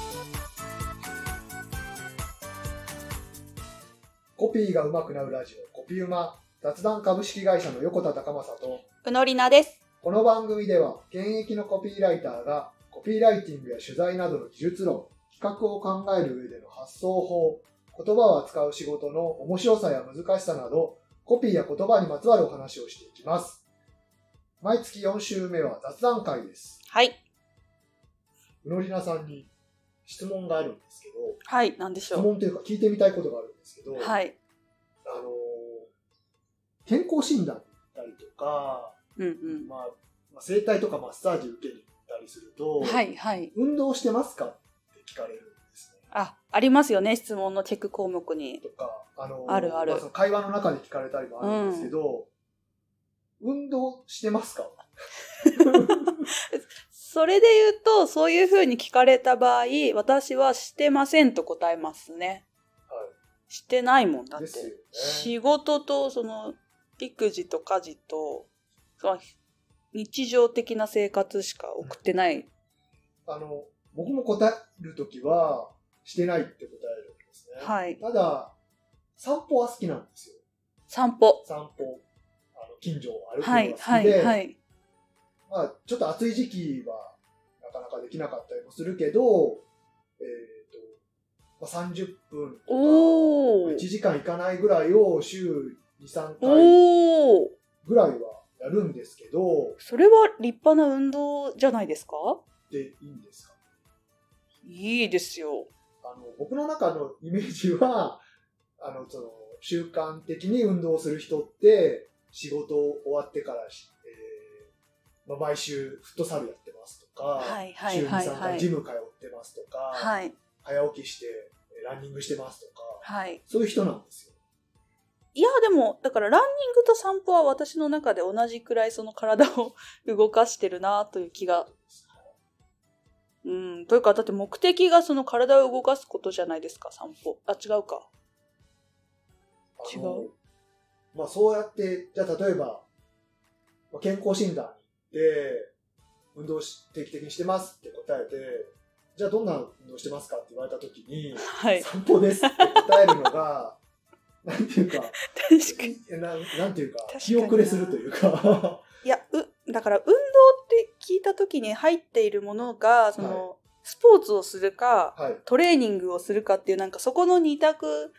コピーが上手くなるラジオコピウマ、雑談株式会社の横田隆正とうのりなです。 この番組では現役のコピーライターがコピーライティングや取材などの技術論、企画を考える上での発想法、言葉を扱う仕事の面白さや難しさなど、コピーや言葉にまつわるお話をしていきます。毎月4週目は雑談会です。 はい。 うのりなさんに質問があるんですけど、 はい、なんでしょう。 質問というか聞いてみたいことがあるんですけど、 はい。 健康診断に行ったりとか、整体とかマッサージ受けに行ったりすると、 はいはい。 運動してますかって聞かれるんですね。 ありますよね、質問のチェック項目に。 とか、 あるある。 その会話の中で聞かれたりもあるんですけど、運動してますか？ それで言うと、そういうふうに聞かれた場合、私はしてませんと答えますね。 はい。 してないもんだって。 ですよね。 仕事とその育児と家事とその日常的な生活しか送ってない。 僕も答えるときはしてないって答えるんですね。 はい。 ただ散歩は好きなんですよ。 散歩。 近所を歩くのが好きで、 はい。 ちょっと暑い時期はなかなかできなかったりもするけど、30分とか1時間いかないぐらいを週2、3回ぐらいはやるんですけど、 それは立派な運動じゃないですか？ でいいんですか？ いいですよ。 僕の中のイメージはその習慣的に運動する人って仕事終わってから毎週フットサルやってますとか、週2、3回ジム通ってますとか、早起きしてランニングしてますとか、そういう人なんですよ。 いやでもだからランニングと散歩は私の中で同じくらいその体を動かしてるなという気が。というかだって目的がその体を動かすことじゃないですか、散歩。違うか。違う。 そうやってじゃあ例えば健康診断に行って運動定期的にしてますって答えて、じゃあどんな運動してますかって言われた時に、散歩ですって答えるのがなんていうかなんていうか気遅れするというかいやだから運動って聞いた時に入っているものがその、スポーツをするか、トレーニングをするかっていうなんかそこの二択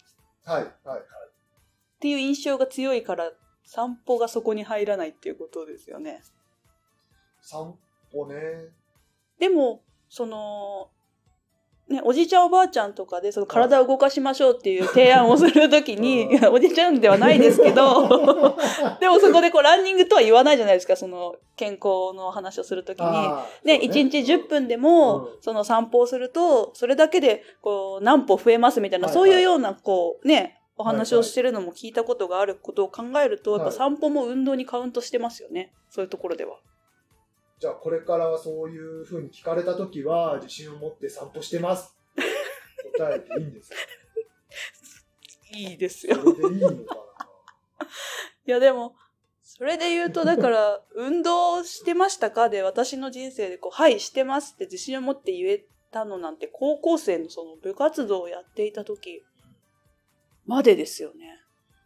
っていう印象が強いから散歩がそこに入らないっていうことですよね。 散歩ね。 でもそのね、おじいちゃんおばあちゃんとかでその体を動かしましょうっていう提案をするときに、おじいちゃんではないですけどでもそこでランニングとは言わないじゃないですか、その健康の話をするときに、1日10分でもその散歩をするとそれだけで何歩増えますみたいな、そういうようなお話をしてるのも聞いたことがあることを考えると、やっぱ散歩も運動にカウントしてますよね、そういうところでは。 じゃあこれからはそういう風に聞かれたときは自信を持って散歩してます答えていいんですか？ いいですよ。 それでいいのかな。 いやでもそれで言うとだから運動してましたかで私の人生ではいしてますって自信を持って言えたのなんて高校生のその部活動をやっていた時までですよね。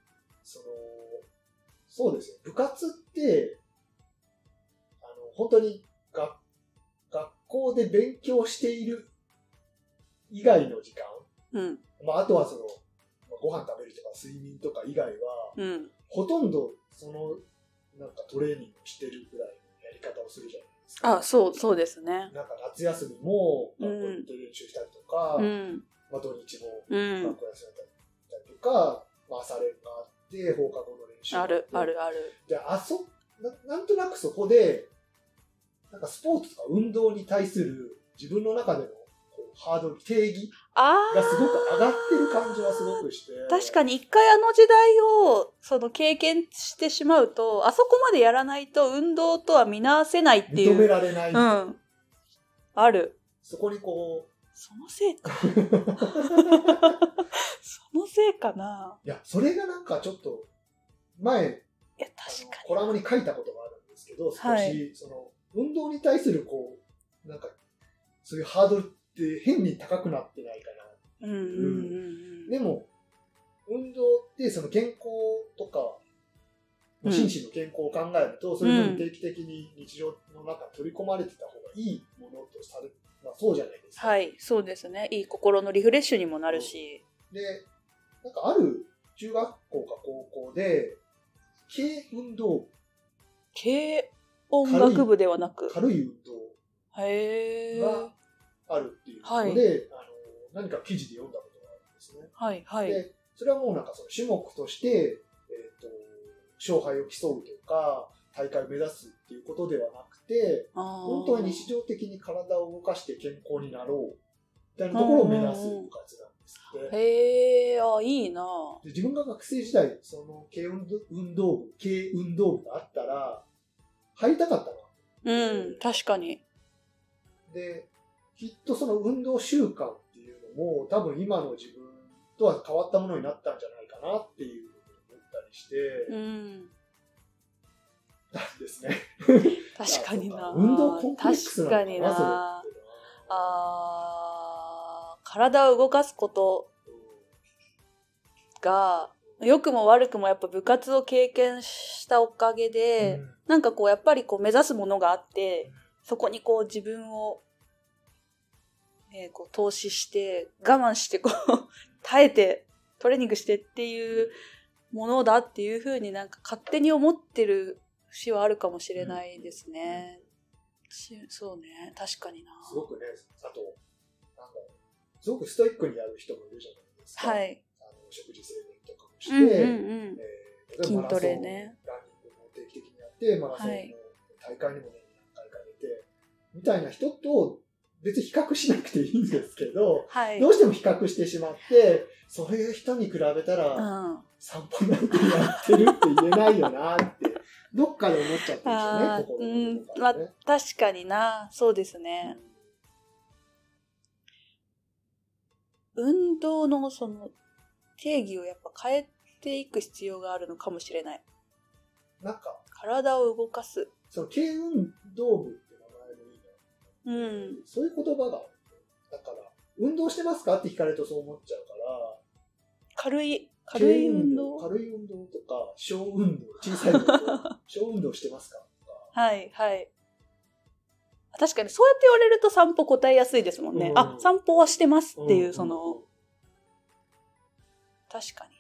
そうですよ。部活って本当に学校で勉強している以外の時間、あとはご飯食べるとか睡眠とか以外は、ほとんどなんかトレーニングしてるぐらいのやり方をするじゃないですか。 そうですね。 なんか夏休みも学校行って練習したりとか、土日も学校休んだりとか、朝練があって放課後の練習があって、 ある。 じゃあなんとなくそこでなんかスポーツとか運動に対する自分の中でのハードル、定義がすごく上がってる感じはすごくして。 確かに一回時代を経験してしまうと、あそこまでやらないと運動とは見なせないっていう。 認められない。 ある。 そこにそのせいか。そのせいかな。 いや、それがなんかちょっと前、 確かにコラムに書いたことがあるんですけど、少し、運動に対するなんかそういうハードルっって変に高くなってないかな。でも、運動ってその健康とか、心身の健康を考えると、そういうふうに定期的に日常の中に取り込まれてた方がいいものとされ、そうじゃないですか。 はい、そうですね。いい心のリフレッシュにもなるし。 で、なんかある中学校か高校で、軽運動部。 軽音楽部ではなく。 軽い運動があるっていうので、何か記事で読んだことがあるんですね。 はいはい。 で、それはもうなんかその種目として、勝敗を競うとか、大会を目指すっていうことではなくて、本当は日常的に体を動かして健康になろうみたいなところを目指す部活なんですって。 へえ、あ、いいな。 で自分が学生時代、その軽運動部があったら、入りたかったな。 確かに。 で、きっとその運動習慣っていうのも、多分今の自分とは変わったものになったんじゃないかなっていうふうに思ったりして、なんですね。 確かにな。 運動コンプレックスなのかな。 確かにな。体を動かすことが、良くも悪くもやっぱ部活を経験したおかげで、なんかこうやっぱりこう目指すものがあって、そこにこう自分を、こう投資して我慢してこう耐えてトレーニングしてっていうものだっていう風になんか勝手に思ってる節はあるかもしれないですね。そうね、確かにな。 すごくね、あとなんだろう、すごくストイックにやる人もいるじゃないですか。はい。食事制限とかもして、 筋トレね、 ランニングも定期的にやって、マラソンの大会にも年に何回か出てみたいな人と別に比較しなくていいんですけど、どうしても比較してしまって、そういう人に比べたら、散歩なんてやってるって言えないよなって、どっかで思っちゃってるんですよね、 まあ、確かにな、そうですね。運動のその定義をやっぱ変えていく必要があるのかもしれない。 なんか、 体を動かす。 その軽運動部って名前のいいな。そういう言葉がある。だから、運動してますかって聞かれるとそう思っちゃうから、 軽い運動とか、小運動、小さい運動、小運動してますかとか。 はいはい。確かにそうやって言われると散歩答えやすいですもんね。散歩はしてますっていう、その、確かに。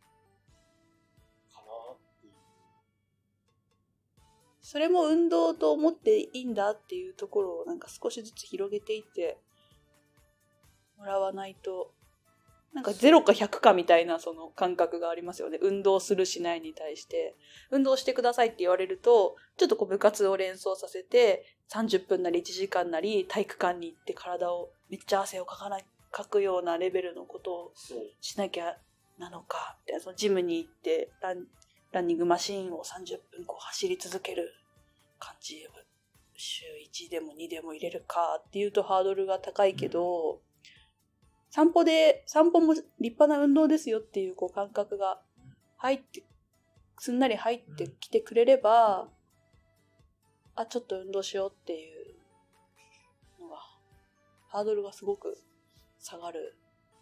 それも運動と思っていいんだっていうところをなんか少しずつ広げていってもらわないと、なんか0か100かみたいなその感覚がありますよね。運動するしないに対して。運動してくださいって言われると、ちょっとこう部活を連想させて、30分なり1時間なり体育館に行って体をめっちゃ汗をかくようなレベルのことをしなきゃなのかって、そのジムに行ってランニングマシーンを30分こう走り続ける感じを週1でも2でも入れるかっていうとハードルが高いけど、散歩も立派な運動ですよっていうこう感覚がすんなり入ってきてくれれば、ちょっと運動しようっていうのが、ハードルがすごく下がる。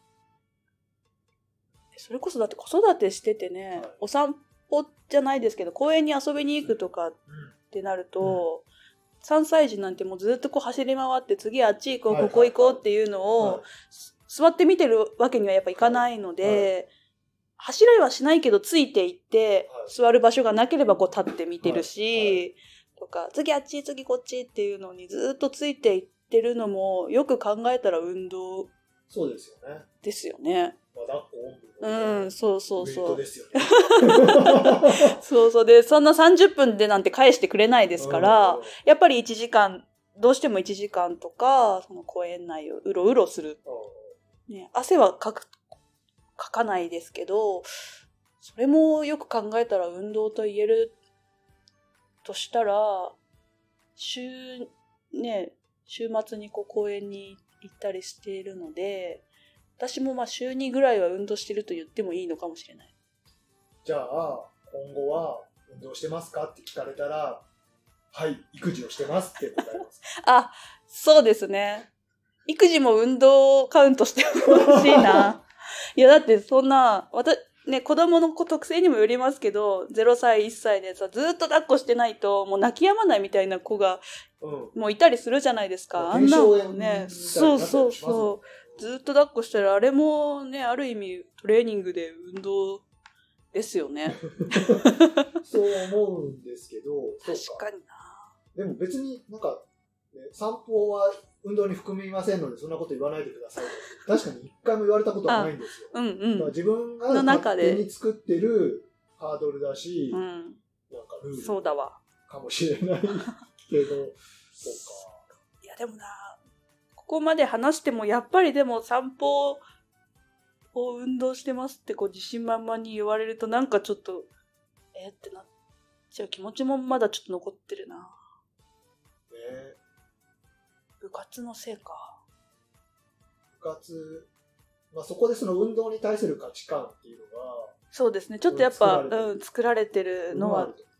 それこそだって子育てしててね、お散歩じゃないですけど、公園に遊びに行くとかってなると、3歳児なんてもうずっとこう走り回って、次あっち行こう、ここ行こうっていうのを、座って見てるわけにはやっぱいかないので、走らはしないけどついていって、座る場所がなければこう立って見てるし、とか、次あっち、次こっちっていうのにずっとついていってるのも、よく考えたら運動。 そうですよね。 ですよね。そうそうそう。 ですよね。 そうそう。で、そんな30分でなんて返してくれないですから、やっぱり1時間、どうしても1時間とか、その公園内をうろうろする。ね、汗はかかないですけど、それもよく考えたら運動と言えるとしたら、週末にこう公園に行ったりしているので、私も週2ぐらいは運動してると言ってもいいのかもしれない。 じゃあ、今後は運動してますかって聞かれたら、はい、育児をしてますって答えます。 そうですね。 育児も運動カウントしてほしいな。いや、だってそんな、子供の特性にもよりますけど、0歳、1歳でさ、ずっと抱っこしてないと、もう泣き止まないみたいな子が、もういたりするじゃないですか。あんなのね、そう。ずっと抱っこしたら、あれもね、ある意味トレーニングで運動ですよね。 そう思うんですけど、 確かにな。 でも別になんか、ね、散歩は運動に含みませんので、そんなこと言わないでください。確かに一回も言われたことはないんですよ。自分が勝手に作ってるハードルだし、なんかルールそうだわかもしれないけど、そうか。 いやでもな、ここまで話してもやっぱりでも散歩を運動してますってこう自信満々に言われるとなんかちょっとってなっちゃう気持ちもまだちょっと残ってるな。 ね、 部活のせいか。 部活、まあ、そこでその運動に対する価値観っていうのが、 そうですね、ちょっとやっぱ作られてるのは確か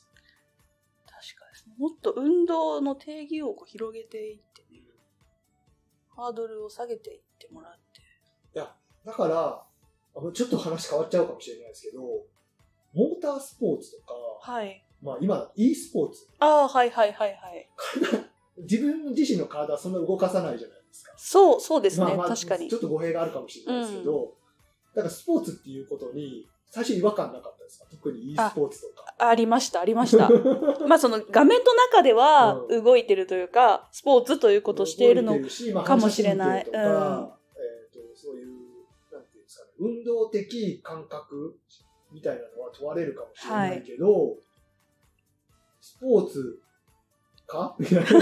ですね。もっと運動の定義をこう広げていってね、ハードルを下げていってもらって。 いや、だからちょっと話変わっちゃうかもしれないですけど、モータースポーツとか、 はい、 まあ今 e スポーツ、 はい自分自身の体はそんな動かさないじゃないですか。 そうですね、確かに。 ちょっと語弊があるかもしれないですけど、だからスポーツっていうことに最初違和感なかったですか？特に e スポーツとか。 ありました。まあその画面の中では動いてるというか、スポーツということをしているのかもしれない。 そういう、なんていうんですかね、運動的感覚みたいなのは問われるかもしれないけど、スポーツかみたいな。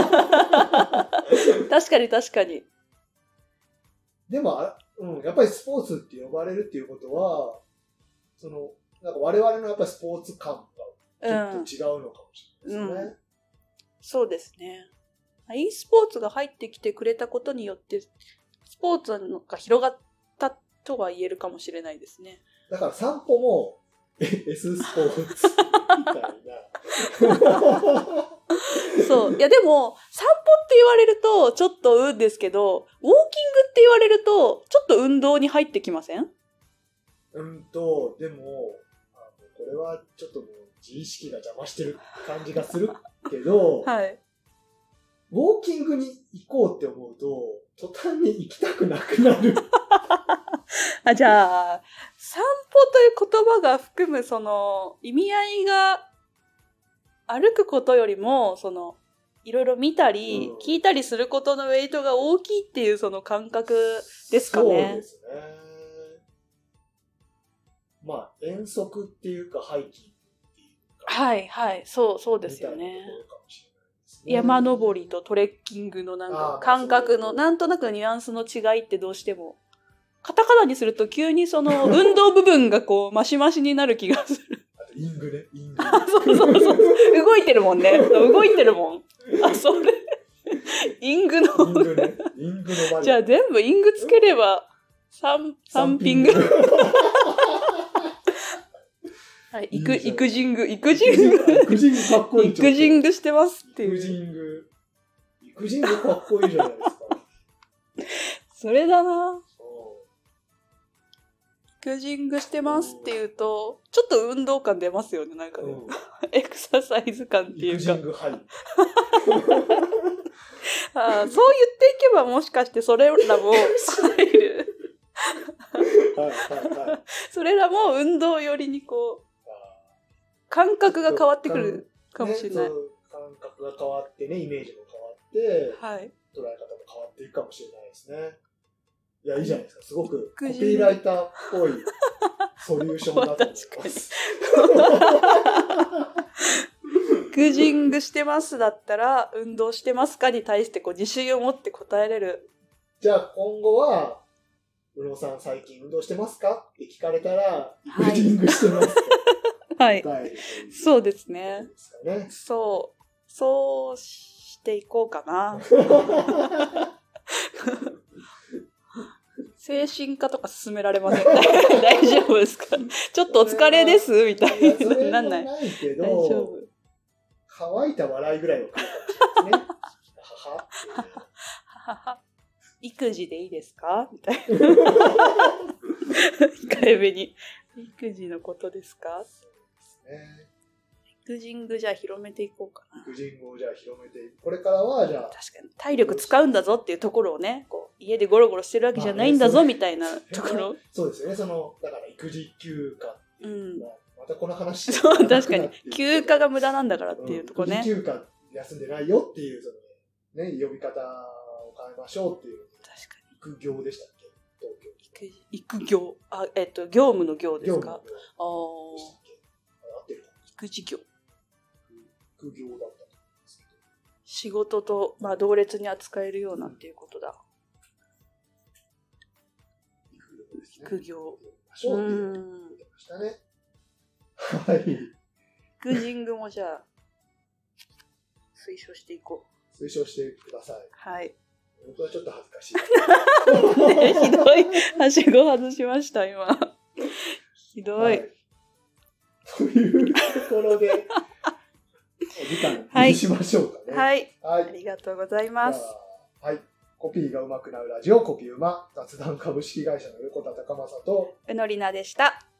確かに。 でもやっぱりスポーツって呼ばれるっていうことは、なんか我々のやっぱりスポーツ感がちょっと違うのかもしれないですね。 そうですね。e スポーツが入ってきてくれたことによって、スポーツが広がったとは言えるかもしれないですね。 だから散歩も S スポーツみたいな。 そう。いやでも、散歩って言われるとちょっとですけど、ウォーキングって言われるとちょっと運動に入ってきません？ でも、これはちょっともう自意識が邪魔してる感じがするけど、 はい。 ウォーキングに行こうって思うと、途端に行きたくなくなる。 じゃあ、散歩という言葉が含むその意味合いが、歩くことよりも、いろいろ見たり、聞いたりすることのウェイトが大きいっていうその感覚ですかね。 そうですね。まあ、遠足っていうか、ハイキングっていうか。はい、 そうですよね。山登りとトレッキングのなんか感覚のなんとなくニュアンスの違いってどうしてもカタカナにすると急にその運動部分がこうマシマシになる気がする。 あとイングね、 そう動いてるもんね。動いてるもん。それイングのじゃあ全部イングつければサンピング。はい、育児ングかっこいい。育児ングしてますっていう。 育児ングかっこいいじゃないですか。 それだな。育児ングしてますっていうと、ちょっと運動感出ますよね、なんかね。エクササイズ感っていうか。育児ングはい。そう言っていけばもしかしてそれらも入る。それらも運動寄りにこう、感覚が変わってくるかもしれない。 感覚が変わってね、イメージも変わって、 はい、 捉え方も変わっていくかもしれないですね。いや、いいじゃないですか。すごくコピーライターっぽいソリューションだと思います。 育児ングしてますだったら、運動してますかに対してこう自信を持って答えれる。 じゃあ今後は、宇野さん最近運動してますかって聞かれたら、育児ングしてますかはい。そうですね。そうしていこうかな。精神科とか勧められません。大丈夫ですか？ちょっとお疲れですみたいになんない。 ないけど、 大丈夫。 乾いた笑いぐらいは来るかもしれないですね。 育児でいいですかみたいな。控えめに。育児のことですか？ そうですね。 育児具じゃあ広めていこうかな。 育児具をじゃあ広めていく。これからはじゃあ。 確かに。体力使うんだぞっていうところをね、こう家でゴロゴロしてるわけじゃないんだぞ、みたいなところ。 そうですよね。だから育児休暇っていうのは、またこの話。 そう、確かに。休暇が無駄なんだからっていうところね。 育児休暇休んでないよっていう、ね、呼び方を変えましょうっていう。 確かに。 育業でしたっけ？東京。 育業。業務の業ですか？育児業。 育業だったと思うんですけど。 仕事と、同列に扱えるようなっていうことだ。育業。 って言ってましたね。はい。 育児具もじゃあ、推奨していこう。推奨してください。 はい。 僕はちょっと恥ずかしい。 ひどい。はしご外しました、今。ひどい。はい、 というところで、お時間にしましょうかね。 はい。はい。ありがとうございます。 はい。コピーが上手くなるラジオ、コピーうま、雑談株式会社の横田隆正と、 宇野里奈でした。